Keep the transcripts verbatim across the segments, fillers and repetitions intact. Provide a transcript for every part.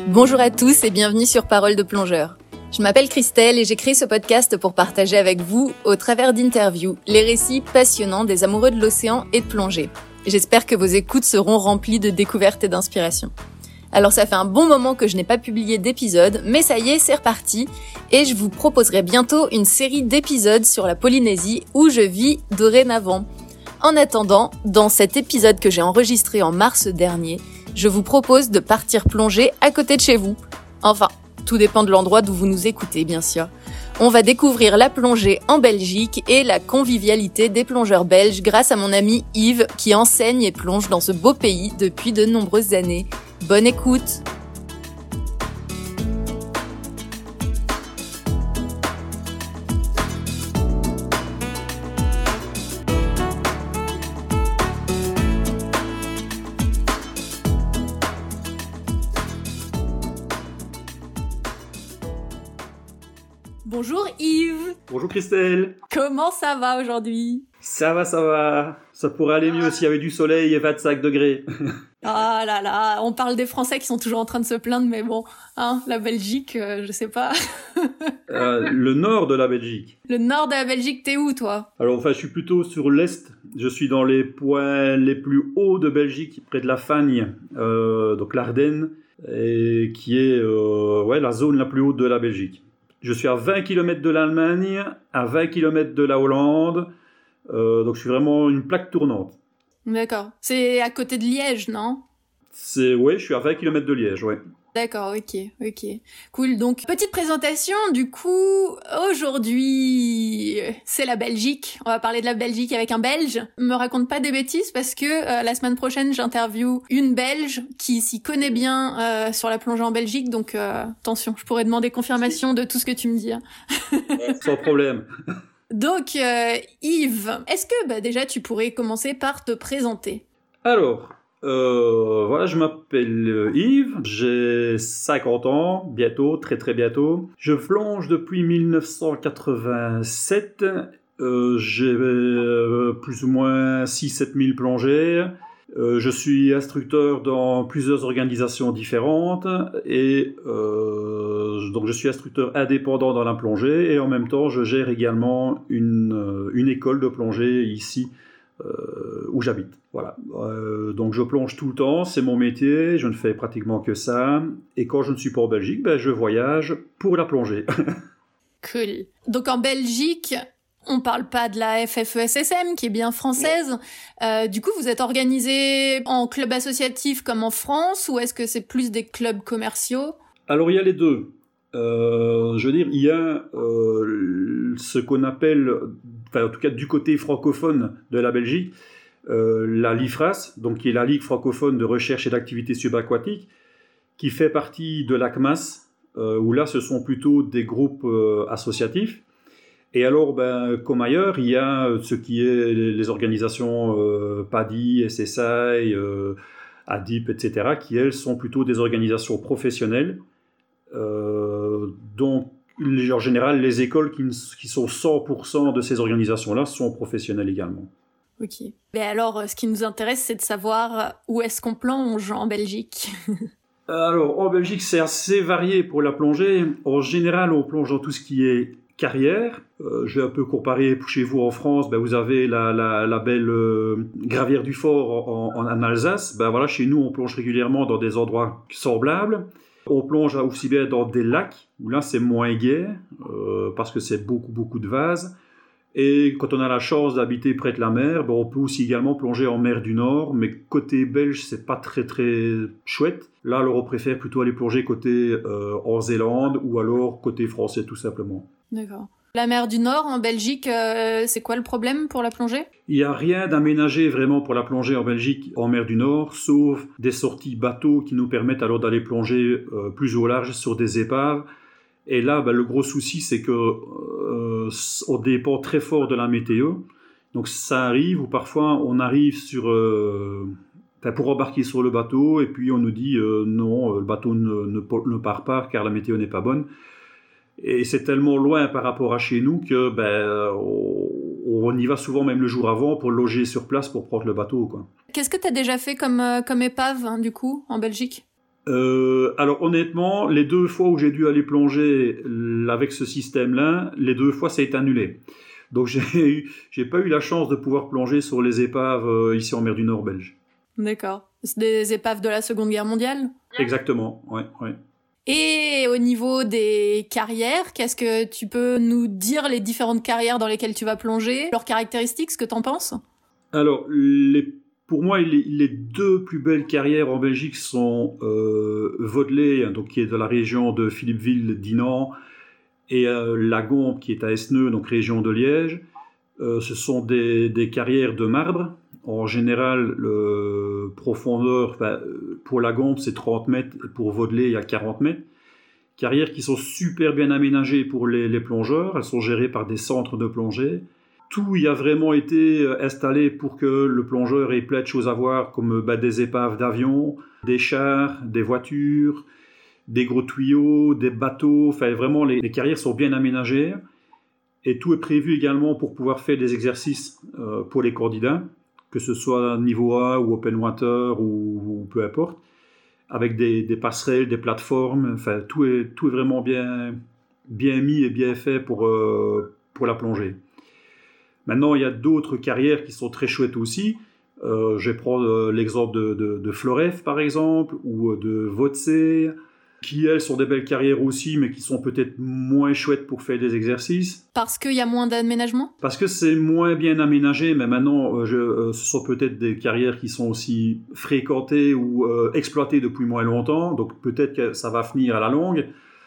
Bonjour à tous et bienvenue sur Parole de plongeur. Je m'appelle Christelle et j'ai créé ce podcast pour partager avec vous, au travers d'interviews, les récits passionnants des amoureux de l'océan et de plongée. J'espère que vos écoutes seront remplies de découvertes et d'inspiration. Alors ça fait un bon moment que je n'ai pas publié d'épisode, mais ça y est, c'est reparti, et je vous proposerai bientôt une série d'épisodes sur la Polynésie où je vis dorénavant. En attendant, dans cet épisode que j'ai enregistré en mars dernier, je vous propose de partir plonger à côté de chez vous. Enfin, tout dépend de l'endroit d'où vous nous écoutez, bien sûr. On va découvrir la plongée en Belgique et la convivialité des plongeurs belges grâce à mon ami Yves qui enseigne et plonge dans ce beau pays depuis de nombreuses années. Bonne écoute! Bonjour Yves. Bonjour Christelle. Comment ça va aujourd'hui? Ça va, ça va. Ça pourrait aller mieux s'il y avait du soleil et vingt-cinq degrés. Ah là là, on parle des Français qui sont toujours en train de se plaindre, mais bon, hein, la Belgique, euh, je sais pas. euh, le nord de la Belgique. Le nord de la Belgique, t'es où toi? Alors enfin, je suis plutôt sur l'est. Je suis dans les points les plus hauts de Belgique, près de la Fagne, euh, donc l'Ardenne, et qui est euh, ouais, la zone la plus haute de la Belgique. Je suis à vingt kilomètres de l'Allemagne, à vingt kilomètres de la Hollande, euh, donc je suis vraiment une plaque tournante. D'accord. C'est à côté de Liège, non? C'est, ouais, je suis à vingt kilomètres de Liège, ouais. D'accord, ok, ok. Cool, donc petite présentation, du coup, aujourd'hui, c'est la Belgique. On va parler de la Belgique avec un Belge. Me raconte pas des bêtises parce que euh, la semaine prochaine, j'interviewe une Belge qui s'y connaît bien euh, sur la plongée en Belgique, donc euh, attention, je pourrais demander confirmation de tout ce que tu me dis. Hein. Sans problème. Donc, euh, Yves, est-ce que bah, déjà tu pourrais commencer par te présenter? Alors... Euh, voilà, je m'appelle Yves, j'ai cinquante ans, bientôt, très très bientôt. Je plonge depuis dix-neuf cent quatre-vingt-sept, euh, j'ai euh, plus ou moins six à sept mille plongées. Euh, je suis instructeur dans plusieurs organisations différentes et euh, donc je suis instructeur indépendant dans la plongée et en même temps je gère également une, une école de plongée ici Euh, où j'habite. Voilà. Euh, donc je plonge tout le temps, c'est mon métier, je ne fais pratiquement que ça. Et quand je ne suis pas en Belgique, ben, je voyage pour la plongée. Cool. Donc en Belgique, on parle pas de la F F E S S M qui est bien française. Euh, du coup, vous êtes organisé en club associatif comme en France ou est-ce que c'est plus des clubs commerciaux? Alors il y a les deux. Euh, je veux dire, il y a euh, ce qu'on appelle, enfin en tout cas du côté francophone de la Belgique, euh, la LIFRAS, donc qui est la Ligue francophone de recherche et d'activités subaquatiques, qui fait partie de l'A C M A S, euh, où là ce sont plutôt des groupes euh, associatifs. Et alors, ben, comme ailleurs, il y a ce qui est les organisations euh, P A D I, S S I, euh, A D I P, et cetera, qui elles sont plutôt des organisations professionnelles. Euh, donc, en général, les écoles qui, qui sont cent pour cent de ces organisations-là sont professionnelles également. Ok. Mais alors, ce qui nous intéresse, c'est de savoir où est-ce qu'on plonge en Belgique. Alors, en Belgique, c'est assez varié pour la plongée. En général, on plonge dans tout ce qui est carrière. Euh, je vais un peu comparer chez vous en France. Ben, vous avez la, la, la belle euh, Gravière du Fort en, en, en Alsace. Ben, voilà, chez nous, on plonge régulièrement dans des endroits semblables. On plonge aussi bien dans des lacs, où là c'est moins gai, euh, parce que c'est beaucoup, beaucoup de vases. Et quand on a la chance d'habiter près de la mer, ben on peut aussi également plonger en mer du Nord, mais côté belge, c'est pas très très chouette. Là, alors on préfère plutôt aller plonger côté euh, en Zélande, ou alors côté français tout simplement. D'accord. La mer du Nord, en Belgique, euh, c'est quoi le problème pour la plongée? Il n'y a rien d'aménagé vraiment pour la plongée en Belgique, en mer du Nord, sauf des sorties bateaux qui nous permettent alors d'aller plonger euh, plus au large sur des épaves. Et là, ben, le gros souci, c'est que euh, on dépend très fort de la météo. Donc ça arrive, ou parfois on arrive sur... Euh, pour embarquer sur le bateau, et puis on nous dit euh, non, le bateau ne, ne, ne part pas car la météo n'est pas bonne. Et c'est tellement loin par rapport à chez nous que ben, on, on y va souvent même le jour avant pour loger sur place pour prendre le bateau, quoi. Qu'est-ce que tu as déjà fait comme, euh, comme épave, hein, du coup, en Belgique ? Euh, alors honnêtement, les deux fois où j'ai dû aller plonger avec ce système-là, les deux fois ça a été annulé. Donc j'ai eu, j'ai pas eu la chance de pouvoir plonger sur les épaves euh, ici en mer du Nord belge. D'accord. C'est des épaves de la Seconde Guerre mondiale ? Exactement, ouais, ouais. Et au niveau des carrières, qu'est-ce que tu peux nous dire, les différentes carrières dans lesquelles tu vas plonger, leurs caractéristiques, ce que t'en penses ? Alors, les, pour moi, les, les deux plus belles carrières en Belgique sont euh, Vodelay, donc qui est de la région de Philippeville-Dinant, et euh, La Gombe, qui est à Esneux, donc région de Liège. Euh, ce sont des, des carrières de marbre. En général, le profondeur, enfin, pour La Gombe, c'est trente mètres, et pour Vodelay, il y a quarante mètres. Carrières qui sont super bien aménagées pour les, les plongeurs. Elles sont gérées par des centres de plongée. Tout y a vraiment été installé pour que le plongeur ait plein de choses à voir, comme bah, des épaves d'avion, des chars, des voitures, des gros tuyaux, des bateaux. Enfin, vraiment, les, les carrières sont bien aménagées. Et tout est prévu également pour pouvoir faire des exercices euh, pour les candidats, que ce soit niveau A ou open water ou, ou peu importe, avec des, des passerelles, des plateformes. Enfin, tout est, tout est vraiment bien, bien mis et bien fait pour, euh, pour la plongée. Maintenant, il y a d'autres carrières qui sont très chouettes aussi. Euh, je vais prendre euh, l'exemple de, de, de Floref, par exemple, ou de Votsé, qui, elles, sont des belles carrières aussi, mais qui sont peut-être moins chouettes pour faire des exercices. Parce qu'il y a moins d'aménagement ? Parce que c'est moins bien aménagé, mais maintenant, euh, je, euh, ce sont peut-être des carrières qui sont aussi fréquentées ou euh, exploitées depuis moins longtemps, donc peut-être que ça va finir à la longue.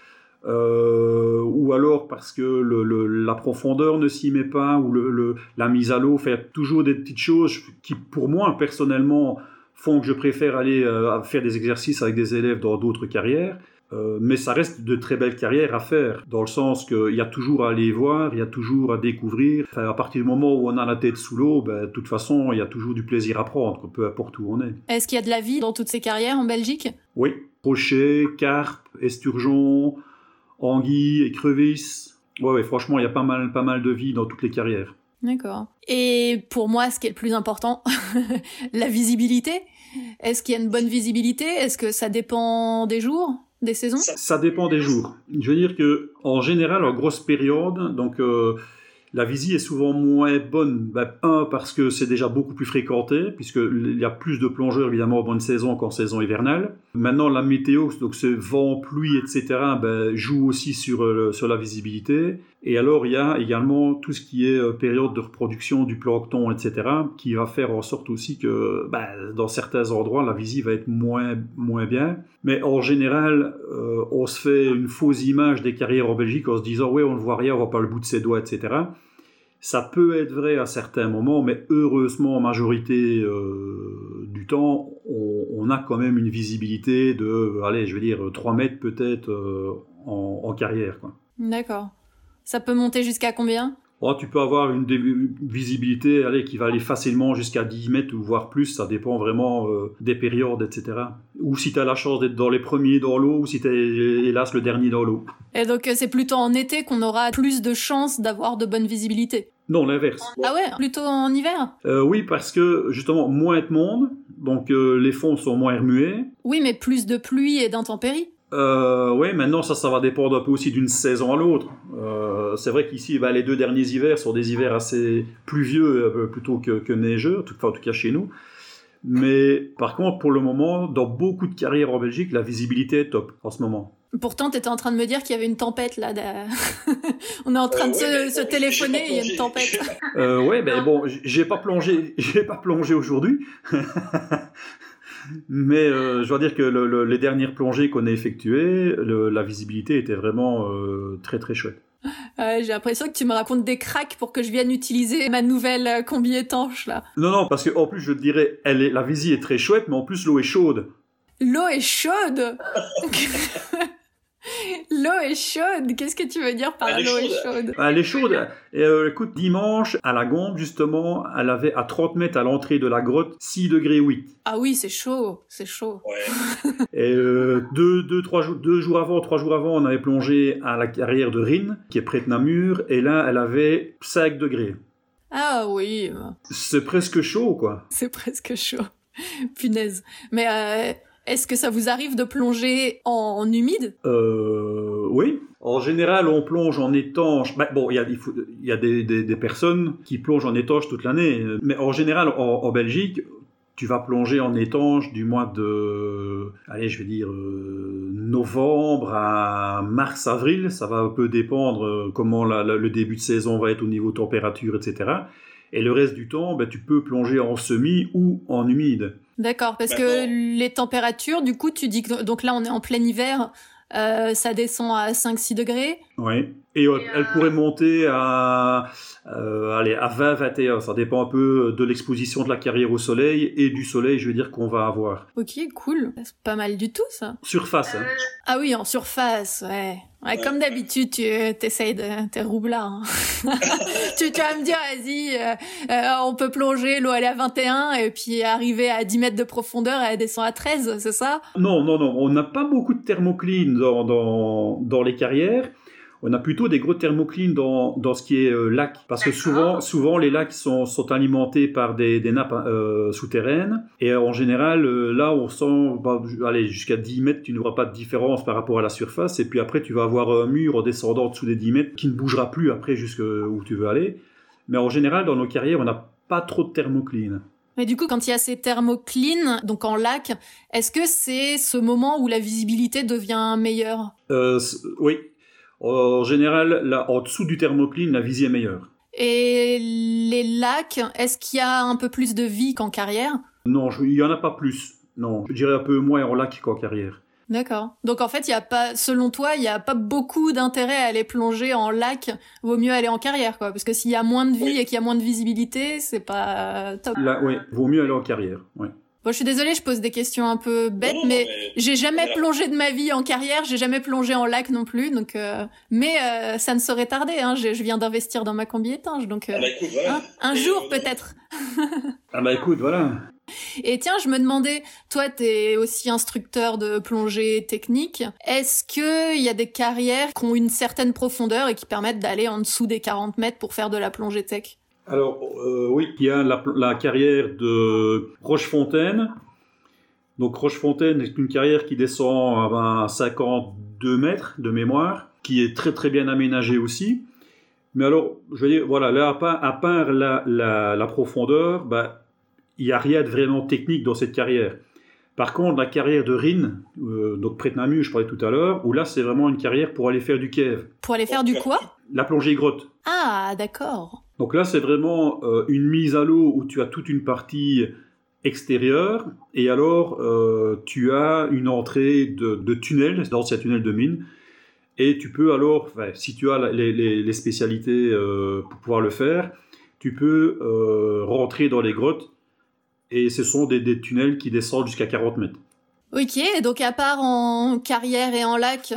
Euh, ou alors parce que le, le, la profondeur ne s'y met pas, ou le, le, la mise à l'eau, faire toujours des petites choses qui, pour moi, personnellement, font que je préfère aller euh, faire des exercices avec des élèves dans d'autres carrières. Euh, mais ça reste de très belles carrières à faire, dans le sens qu'il y a toujours à aller voir, il y a toujours à découvrir. Enfin, à partir du moment où on a la tête sous l'eau, ben, de toute façon, il y a toujours du plaisir à prendre, peu importe où on est. Est-ce qu'il y a de la vie dans toutes ces carrières en Belgique ? Oui, crochet, carpe, esturgeon, anguilles, écrevisses. Ouais, ouais, franchement, il y a pas mal, pas mal de vie dans toutes les carrières. D'accord. Et pour moi, ce qui est le plus important, la visibilité. Est-ce qu'il y a une bonne visibilité ? Est-ce que ça dépend des jours ? Des saisons ? Ça dépend des jours. Je veux dire que, en général, en grosse période, donc euh, la visie est souvent moins bonne. Ben, un, parce que c'est déjà beaucoup plus fréquenté, puisqu'il y a plus de plongeurs, évidemment, en bonne saison qu'en saison hivernale. Maintenant, la météo, donc ce vent, pluie, et cetera, ben, joue aussi sur, euh, sur la visibilité. Et alors, il y a également tout ce qui est euh, période de reproduction du plancton, et cetera, qui va faire en sorte aussi que, ben, dans certains endroits, la visie va être moins, moins bien. Mais en général, euh, on se fait une fausse image des carrières en Belgique en se disant « ouais, on ne voit rien, on ne voit pas le bout de ses doigts, et cetera » Ça peut être vrai à certains moments, mais heureusement, en majorité euh, du temps, on, on a quand même une visibilité de, allez, je vais dire, trois mètres peut-être euh, en, en carrière, quoi. D'accord. Ça peut monter jusqu'à combien ? Oh, tu peux avoir une, dé- une visibilité allez, qui va aller facilement jusqu'à dix mètres ou voire plus, ça dépend vraiment euh, des périodes, et cetera. Ou si tu as la chance d'être dans les premiers dans l'eau, ou si tu es hélas le dernier dans l'eau. Et donc c'est plutôt en été qu'on aura plus de chances d'avoir de bonne visibilité ? Non, l'inverse. Ah ouais, plutôt en hiver ? Euh, oui, parce que justement, moins de monde, donc euh, les fonds sont moins remués. Oui, mais plus de pluie et d'intempéries ? Euh, oui, maintenant ça, ça va dépendre un peu aussi d'une saison à l'autre. Euh, c'est vrai qu'ici, bah, les deux derniers hivers sont des hivers assez pluvieux euh, plutôt que, que neigeux, enfin, en tout cas chez nous. Mais par contre, pour le moment, dans beaucoup de carrières en Belgique, la visibilité est top en ce moment. Pourtant, t'étais en train de me dire qu'il y avait une tempête là. On est en train euh, de ouais, se, se téléphoner, il y a une tempête. Euh, ouais, ben bon, j'ai pas plongé, j'ai pas plongé aujourd'hui. Mais euh, je dois dire que le, le, les dernières plongées qu'on a effectuées, le, la visibilité était vraiment euh, très très chouette. Euh, j'ai l'impression que tu me racontes des cracks pour que je vienne utiliser ma nouvelle combi étanche là. Non, non, parce qu'en plus je te dirais, elle est, la visie est très chouette, mais en plus l'eau est chaude. L'eau est chaude. L'eau est chaude. Qu'est-ce que tu veux dire par l'eau est chaude ? Elle est chaude. Et, euh, écoute, dimanche, à la Gombe, justement, elle avait à trente mètres à l'entrée de la grotte, six degrés huit. Ah oui, c'est chaud, c'est chaud. Ouais. Et euh, deux, deux, trois jours, deux jours avant, trois jours avant, on avait plongé à la carrière de Rhin, qui est près de Namur, et là, elle avait cinq degrés. Ah oui. C'est presque chaud, quoi. C'est presque chaud. Punaise. Mais... Euh... Est-ce que ça vous arrive de plonger en, en humide? euh, Oui. En général, on plonge en étanche. Bah, bon, il y a, il faut, il y a des, des, des personnes qui plongent en étanche toute l'année. Mais en général, en, en Belgique, tu vas plonger en étanche du mois de, allez, je vais dire, euh, novembre à mars, avril. Ça va un peu dépendre euh, comment la, la, le début de saison va être au niveau température, et cetera. Et le reste du temps, ben, tu peux plonger en semi ou en humide. D'accord, parce que les températures, du coup, tu dis que donc là, on est en plein hiver, euh, ça descend à cinq six degrés. Oui, et, euh, et elle euh... pourrait monter à, euh, allez, à vingt vingt et un. Ça dépend un peu de l'exposition de la carrière au soleil et du soleil, je veux dire, qu'on va avoir. Ok, cool. C'est pas mal du tout, ça. Surface, hein. Ah oui, en surface, ouais. Ouais, comme d'habitude, tu t'essayes de t'es roublard. Hein. tu, tu vas me dire, vas-y, euh, euh, on peut plonger, l'eau elle est à vingt et un et puis arriver à dix mètres de profondeur, elle descend à treize, c'est ça? Non, non, non, on n'a pas beaucoup de thermocline dans, dans, dans les carrières. On a plutôt des gros thermoclines dans, dans ce qui est euh, lac. Parce que souvent, souvent les lacs sont, sont alimentés par des, des nappes euh, souterraines. Et en général, euh, là, on sent, bah, allez, jusqu'à dix mètres, tu n'auras pas de différence par rapport à la surface. Et puis après, tu vas avoir un mur en descendant dessous des dix mètres qui ne bougera plus après jusqu'où tu veux aller. Mais en général, dans nos carrières, on n'a pas trop de thermoclines. Mais du coup, quand il y a ces thermoclines, donc en lac, est-ce que c'est ce moment où la visibilité devient meilleure? euh, Oui. En général, là, en dessous du thermocline, la visie est meilleure. Et les lacs, est-ce qu'il y a un peu plus de vie qu'en carrière? Non, je, il y en a pas plus. Non, je dirais un peu moins en lac qu'en carrière. D'accord. Donc en fait, il y a pas, selon toi, il y a pas beaucoup d'intérêt à aller plonger en lac. Vaut mieux aller en carrière, quoi. Parce que s'il y a moins de vie et qu'il y a moins de visibilité, c'est pas top. Là, oui, vaut mieux aller en carrière. Oui. Bon, je suis désolée, je pose des questions un peu bêtes, non, mais, mais j'ai jamais voilà. plongé de ma vie en carrière, j'ai jamais plongé en lac non plus, donc euh, mais euh, ça ne saurait tarder. Hein, je, je viens d'investir dans ma combi étanche, donc euh, ah bah écoute, voilà. hein, un jour peut-être. Ah bah écoute, voilà. Et tiens, je me demandais, toi, t'es aussi instructeur de plongée technique. Est-ce que il y a des carrières qui ont une certaine profondeur et qui permettent d'aller en dessous des quarante mètres pour faire de la plongée tech? Alors, euh, oui, il y a la, la carrière de Rochefontaine. Donc, Rochefontaine est une carrière qui descend à cinquante-deux mètres de mémoire, qui est très très bien aménagée aussi. Mais alors, je veux dire, voilà, là, à part, à part la, la, la profondeur, bah, il n'y a rien de vraiment technique dans cette carrière. Par contre, la carrière de Rhin, euh, donc près de Namur, je parlais tout à l'heure, où là, c'est vraiment une carrière pour aller faire du cave. Pour aller faire du quoi? La plongée grotte. Ah, d'accord. Donc là, c'est vraiment euh, une mise à l'eau où tu as toute une partie extérieure et alors euh, tu as une entrée de, de tunnel, d'anciens tunnels de mine. Et tu peux alors, enfin, si tu as les, les, les spécialités euh, pour pouvoir le faire, tu peux euh, rentrer dans les grottes et ce sont des, des tunnels qui descendent jusqu'à quarante mètres. Ok, donc à part en carrière et en lac,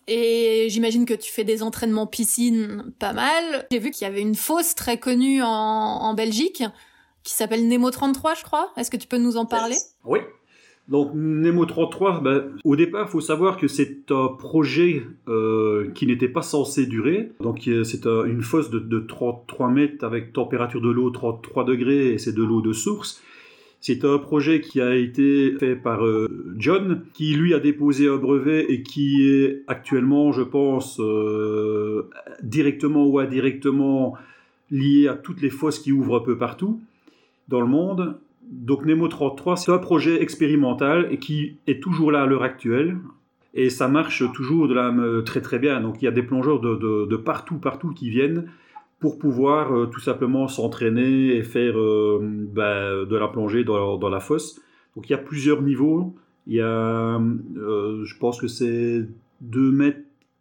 et j'imagine que tu fais des entraînements piscine pas mal, j'ai vu qu'il y avait une fosse très connue en, en Belgique qui s'appelle Nemo trente-trois, je crois. Est-ce que tu peux nous en parler? Oui. Donc Nemo trente-trois, ben, au départ, il faut savoir que c'est un projet euh, qui n'était pas censé durer. Donc c'est euh, une fosse de, de trente-trois mètres avec température de l'eau trente-trois degrés et c'est de l'eau de source. C'est un projet qui a été fait par euh, John, qui lui a déposé un brevet et qui est actuellement, je pense, euh, directement ou indirectement lié à toutes les fosses qui ouvrent un peu partout dans le monde. Donc Nemo trente-trois, c'est un projet expérimental et qui est toujours là à l'heure actuelle. Et ça marche toujours de la, très très bien. Donc il y a des plongeurs de, de, de partout, partout qui viennent pour pouvoir euh, tout simplement s'entraîner et faire euh, bah, de la plongée dans, dans la fosse. Donc il y a plusieurs niveaux. Il y a, euh, je pense que c'est deux mètres,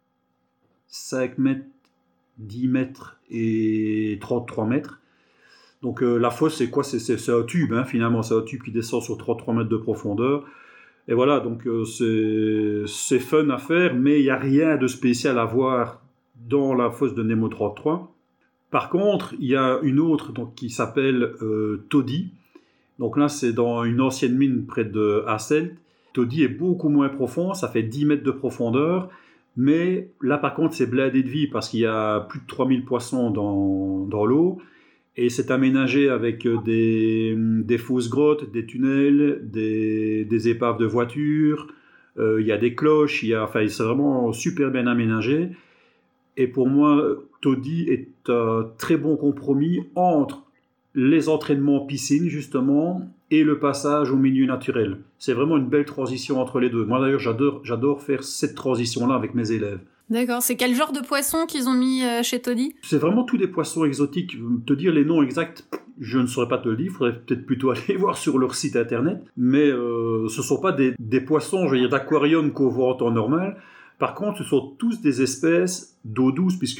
cinq mètres, dix mètres et trente-trois mètres. Donc euh, la fosse, c'est quoi? c'est, c'est, c'est un tube, hein, finalement. C'est un tube qui descend sur trente-trois mètres de profondeur. Et voilà, donc euh, c'est, c'est fun à faire, mais il n'y a rien de spécial à voir dans la fosse de Nemo trente-trois. Par contre, il y a une autre donc, qui s'appelle euh, Todi. Donc là, c'est dans une ancienne mine près de Hasselt. Todi est beaucoup moins profond, ça fait dix mètres de profondeur. Mais là, par contre, c'est blindé de vie parce qu'il y a plus de trois mille poissons dans, dans l'eau. Et c'est aménagé avec des, des fausses grottes, des tunnels, des, des épaves de voitures. Euh, il y a des cloches. Il y a, enfin, c'est vraiment super bien aménagé. Et pour moi, Todi est un très bon compromis entre les entraînements piscine, justement, et le passage au milieu naturel. C'est vraiment une belle transition entre les deux. Moi, d'ailleurs, j'adore, j'adore faire cette transition-là avec mes élèves. D'accord. C'est quel genre de poisson qu'ils ont mis chez Todi ? C'est vraiment tous des poissons exotiques. Te dire les noms exacts, je ne saurais pas te le dire. Il faudrait peut-être plutôt aller voir sur leur site internet. Mais euh, ce ne sont pas des, des poissons, je veux dire, d'aquarium qu'on voit en temps normal. Par contre, ce sont tous des espèces d'eau douce, puisque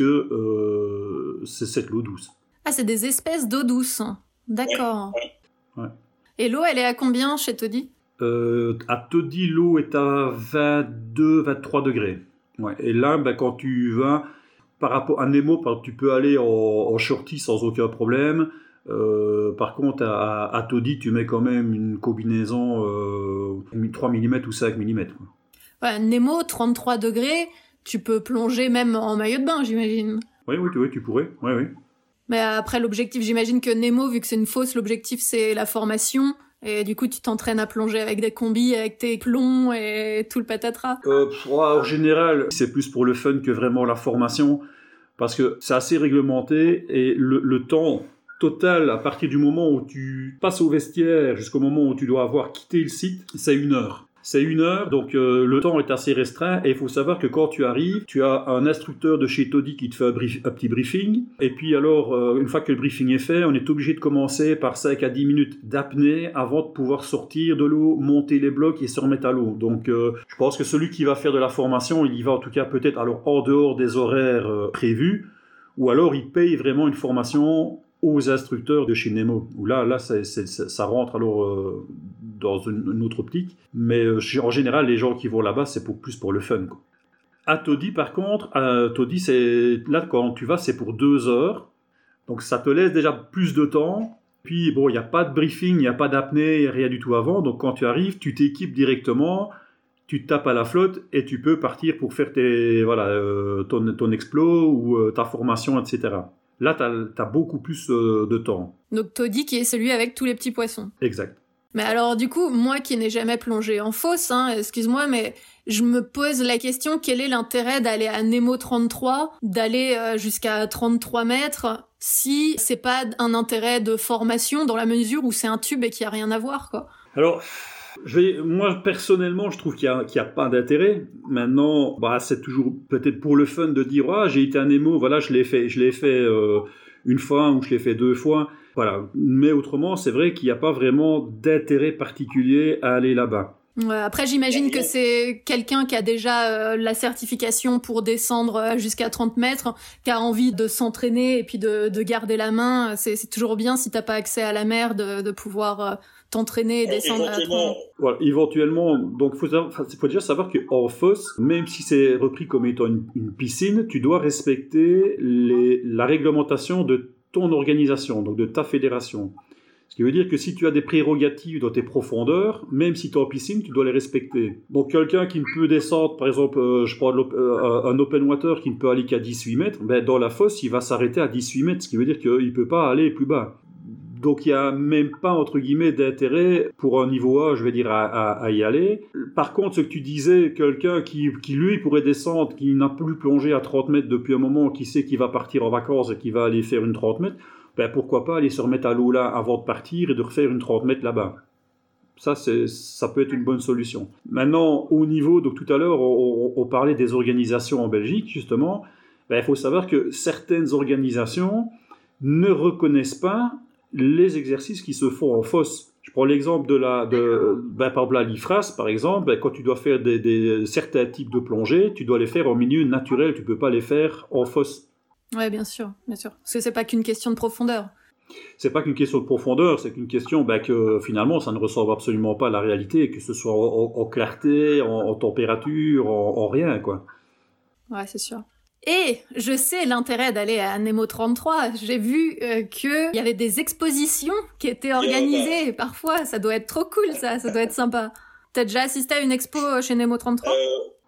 euh, c'est cette l'eau douce. Ah, c'est des espèces d'eau douce. D'accord. Ouais. Et l'eau, elle est à combien chez Todi ? euh, À Todi, l'eau est à vingt-deux à vingt-trois degrés. Ouais. Et là, ben, quand tu vas, par rapport à Nemo, tu peux aller en, en shorty sans aucun problème. Euh, par contre, à, à Todi, tu mets quand même une combinaison euh, trois millimètres ou cinq millimètres. Quoi. Ouais, Nemo, trente-trois degrés, tu peux plonger même en maillot de bain, j'imagine. Oui, oui, oui, tu pourrais. Oui, oui. Mais après, l'objectif, j'imagine que Nemo, vu que c'est une fausse, l'objectif, c'est la formation. Et du coup, tu t'entraînes à plonger avec des combis, avec tes plombs et tout le patatras. Euh, en général, c'est plus pour le fun que vraiment la formation. Parce que c'est assez réglementé. Et le, le temps total, à partir du moment où tu passes au vestiaire jusqu'au moment où tu dois avoir quitté le site, c'est une heure. C'est une heure, donc euh, le temps est assez restreint et il faut savoir que quand tu arrives, tu as un instructeur de chez Todi qui te fait un, brief, un petit briefing et puis alors, euh, une fois que le briefing est fait, on est obligé de commencer par cinq à dix minutes d'apnée avant de pouvoir sortir de l'eau, monter les blocs et se remettre à l'eau. Donc euh, je pense que celui qui va faire de la formation, il y va en tout cas peut-être alors en dehors des horaires euh, prévus ou alors il paye vraiment une formation aux instructeurs de chez Nemo, où là, là c'est, c'est, ça rentre alors euh, dans une, une autre optique, mais euh, en général, les gens qui vont là-bas, c'est pour, plus pour le fun. Quoi. À Todi, par contre, à Todi, c'est, là, quand tu vas, c'est pour deux heures, donc ça te laisse déjà plus de temps, puis bon, il n'y a pas de briefing, il n'y a pas d'apnée, rien du tout avant, donc quand tu arrives, tu t'équipes directement, tu te tapes à la flotte, et tu peux partir pour faire tes, voilà, euh, ton, ton explo, ou euh, ta formation, et cetera. Là, tu as beaucoup plus euh, de temps. Donc Todi qui est celui avec tous les petits poissons. Exact. Mais alors du coup, moi qui n'ai jamais plongé en fosse, hein, excuse-moi, mais je me pose la question, quel est l'intérêt d'aller à Nemo trente-trois, d'aller euh, jusqu'à trente-trois mètres, si c'est pas un intérêt de formation dans la mesure où c'est un tube et qu'il n'y a rien à voir, quoi. Alors... Je vais, moi, personnellement, je trouve qu'il n'y a, qu'il y a pas d'intérêt. Maintenant, bah, c'est toujours peut-être pour le fun de dire « Ah, j'ai été à Nemo, voilà, je l'ai fait, je l'ai fait euh, une fois ou je l'ai fait deux fois. » Voilà. Mais autrement, c'est vrai qu'il n'y a pas vraiment d'intérêt particulier à aller là-bas. Ouais, après, j'imagine que c'est quelqu'un qui a déjà euh, la certification pour descendre jusqu'à trente mètres, qui a envie de s'entraîner et puis de, de garder la main. C'est, c'est toujours bien, si t'as pas accès à la mer, de, de pouvoir... Euh, t'entraîner et descendre à trente. Voilà, éventuellement, donc il faut, faut déjà savoir qu'en fosse, même si c'est repris comme étant une, une piscine, tu dois respecter les, la réglementation de ton organisation, donc de ta fédération. Ce qui veut dire que si tu as des prérogatives dans tes profondeurs, même si tu es en piscine, tu dois les respecter. Donc quelqu'un qui ne peut descendre, par exemple, euh, je prends euh, un open water qui ne peut aller qu'à dix-huit mètres, ben dans la fosse, il va s'arrêter à dix-huit mètres, ce qui veut dire qu'il ne peut pas aller plus bas. Donc il n'y a même pas, entre guillemets, d'intérêt pour un niveau A, je vais dire, à, à, à y aller. Par contre, ce que tu disais, quelqu'un qui, qui, lui, pourrait descendre, qui n'a plus plongé à trente mètres depuis un moment, qui sait qu'il va partir en vacances et qui va aller faire une trente mètres, ben pourquoi pas aller se remettre à l'eau là avant de partir et de refaire une trente mètres là-bas. Ça, c'est, ça peut être une bonne solution. Maintenant, au niveau, donc tout à l'heure, on, on, on parlait des organisations en Belgique, justement. Ben, il faut savoir que certaines organisations ne reconnaissent pas les exercices qui se font en fosse. Je prends l'exemple de la, de, ben, par exemple, la l'I F R A S, par exemple, ben, quand tu dois faire des, des, certains types de plongées, tu dois les faire en milieu naturel, tu ne peux pas les faire en fosse. Oui, bien sûr, bien sûr. Parce que c'est pas qu'une question de profondeur. C'est pas qu'une question de profondeur, c'est qu'une question ben, que finalement, ça ne ressemble absolument pas à la réalité, que ce soit en, en, en clarté, en, en température, en, en rien, quoi. Ouais, c'est sûr. Et je sais l'intérêt d'aller à Nemo trente-trois. J'ai vu euh, qu'il y avait des expositions qui étaient organisées. Parfois, ça doit être trop cool, ça. Ça doit être sympa. T'as déjà assisté à une expo chez Nemo trente-trois ? euh,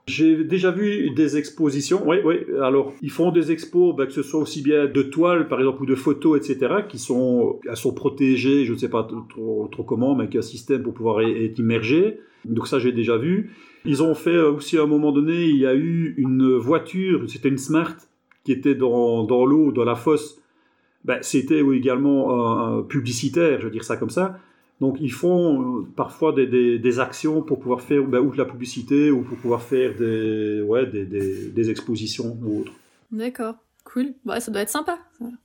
J'ai déjà vu des expositions, oui, oui. Alors, ils font des expos, ben, que ce soit aussi bien de toiles, par exemple, ou de photos, et cetera, qui sont, elles sont protégées, je ne sais pas trop, trop comment, mais avec un système pour pouvoir être immergé. Donc ça, j'ai déjà vu. Ils ont fait aussi, à un moment donné, il y a eu une voiture, c'était une Smart, qui était dans, dans l'eau, dans la fosse. Ben, c'était également un, un publicitaire, je veux dire ça comme ça. Donc, ils font euh, parfois des, des, des actions pour pouvoir faire ben, ou de la publicité ou pour pouvoir faire des, ouais, des, des, des expositions ou autres. D'accord, cool. Ouais, ça doit être sympa.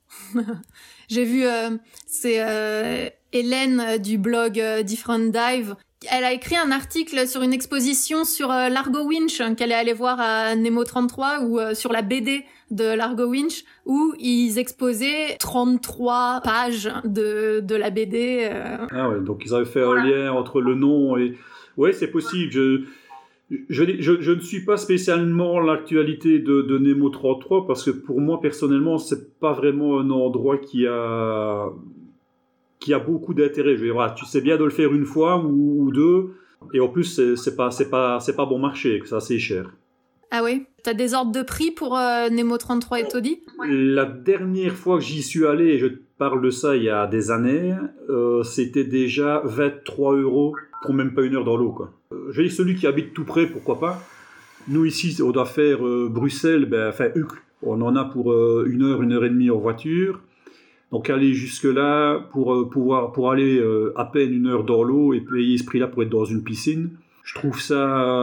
J'ai vu, euh, c'est euh, Hélène euh, du blog euh, Different Dive. Elle a écrit un article sur une exposition sur euh, l'Argo Winch hein, qu'elle est allée voir à Nemo trente-trois ou euh, sur la B D de l'Argo Winch où ils exposaient trente-trois pages de, de la B D. Euh... Ah ouais, donc ils avaient fait voilà. Un lien entre le nom et... Ouais, c'est possible. Je, je, je, je ne suis pas spécialement l'actualité de, de Nemo trente-trois parce que pour moi, personnellement, c'est pas vraiment un endroit qui a... qui a beaucoup d'intérêt. Je veux dire, voilà, tu sais bien de le faire une fois ou, ou deux, et en plus, c'est, c'est, pas, c'est, pas, c'est pas bon marché, c'est assez cher. Ah oui? T'as des ordres de prix pour euh, Nemo trente-trois et Toddy? La dernière fois que j'y suis allé, et je parle de ça il y a des années, euh, c'était déjà vingt-trois euros pour même pas une heure dans l'eau, quoi. Euh, je veux dire, celui qui habite tout près, pourquoi pas. Nous, ici, on doit faire euh, Bruxelles, ben, enfin, Uccle, on en a pour euh, une heure, une heure et demie en voiture. Donc aller jusque-là, pour, euh, pouvoir, pour aller euh, à peine une heure dans l'eau et payer ce prix-là pour être dans une piscine, je trouve ça...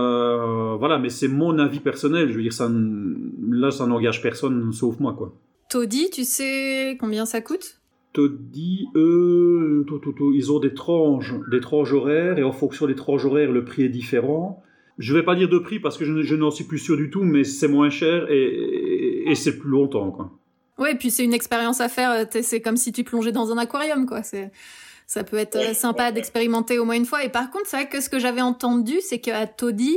Euh, voilà, mais c'est mon avis personnel. Je veux dire, ça, là, ça n'engage personne sauf moi, quoi. Toddy, tu sais combien ça coûte? Toddy, eux, tout, tout, tout, ils ont des tranches, des tranches horaires, et en fonction des tranches horaires, le prix est différent. Je ne vais pas dire de prix parce que je, je n'en suis plus sûr du tout, mais c'est moins cher et, et, et c'est plus longtemps, quoi. Ouais, et puis c'est une expérience à faire, c'est comme si tu plongeais dans un aquarium, quoi. C'est, ça peut être ouais, sympa ouais. d'expérimenter au moins une fois. Et par contre, c'est vrai que ce que j'avais entendu, c'est qu'à Toddy,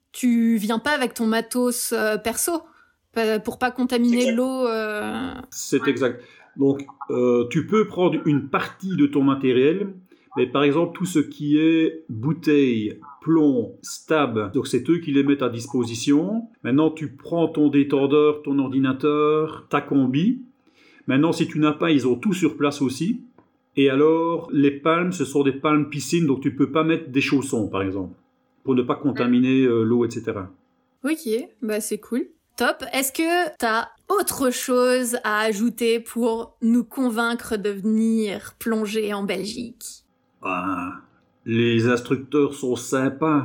tu viens pas avec ton matos euh, perso, pour pas contaminer l'eau. Euh... C'est exact. Donc, euh, tu peux prendre une partie de ton matériel, mais par exemple, tout ce qui est bouteilles, plomb, stab, donc c'est eux qui les mettent à disposition. Maintenant, tu prends ton détendeur, ton ordinateur, ta combi. Maintenant, si tu n'as pas, ils ont tout sur place aussi. Et alors, les palmes, ce sont des palmes piscine, donc tu ne peux pas mettre des chaussons, par exemple, pour ne pas contaminer euh, l'eau, et cetera. Ok, bah c'est cool. Top. Est-ce que tu as autre chose à ajouter pour nous convaincre de venir plonger en Belgique? Ah, les instructeurs sont sympas.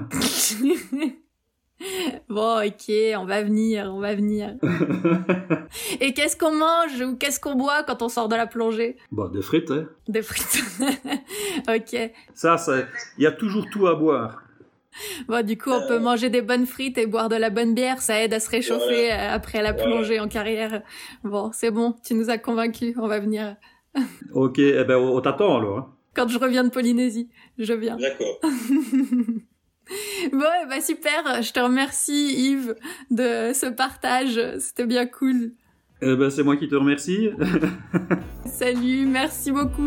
Bon, ok, on va venir, on va venir. Et qu'est-ce qu'on mange ou qu'est-ce qu'on boit quand on sort de la plongée? Bah, des frites, hein. Des frites. Ok. Ça, ça, il y a toujours tout à boire. Bon, du coup, on peut manger des bonnes frites et boire de la bonne bière. Ça aide à se réchauffer ouais. après la plongée ouais. en carrière. Bon, c'est bon, tu nous as convaincus, on va venir. Ok, eh ben, on t'attend alors. Hein. Quand je reviens de Polynésie, je viens. D'accord. Bon, bah super, je te remercie Yves de ce partage, c'était bien cool. Eh ben, c'est moi qui te remercie. Salut, merci beaucoup.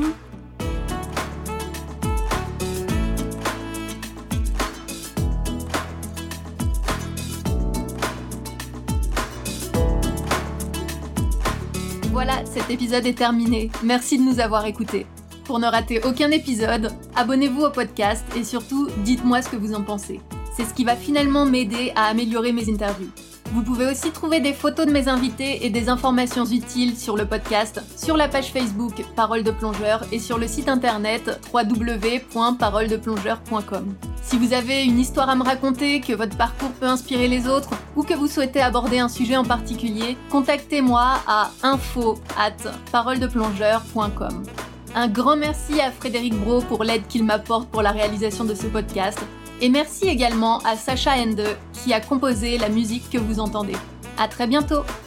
Voilà, cet épisode est terminé. Merci de nous avoir écoutés. Pour ne rater aucun épisode, abonnez-vous au podcast et surtout, dites-moi ce que vous en pensez. C'est ce qui va finalement m'aider à améliorer mes interviews. Vous pouvez aussi trouver des photos de mes invités et des informations utiles sur le podcast, sur la page Facebook Parole de Plongeur et sur le site internet w w w point parole de plongeur point com. Si vous avez une histoire à me raconter, que votre parcours peut inspirer les autres ou que vous souhaitez aborder un sujet en particulier, contactez-moi à info arobase parole de plongeur point com. Un grand merci à Frédéric Brault pour l'aide qu'il m'apporte pour la réalisation de ce podcast. Et merci également à Sacha Ende qui a composé la musique que vous entendez. À très bientôt!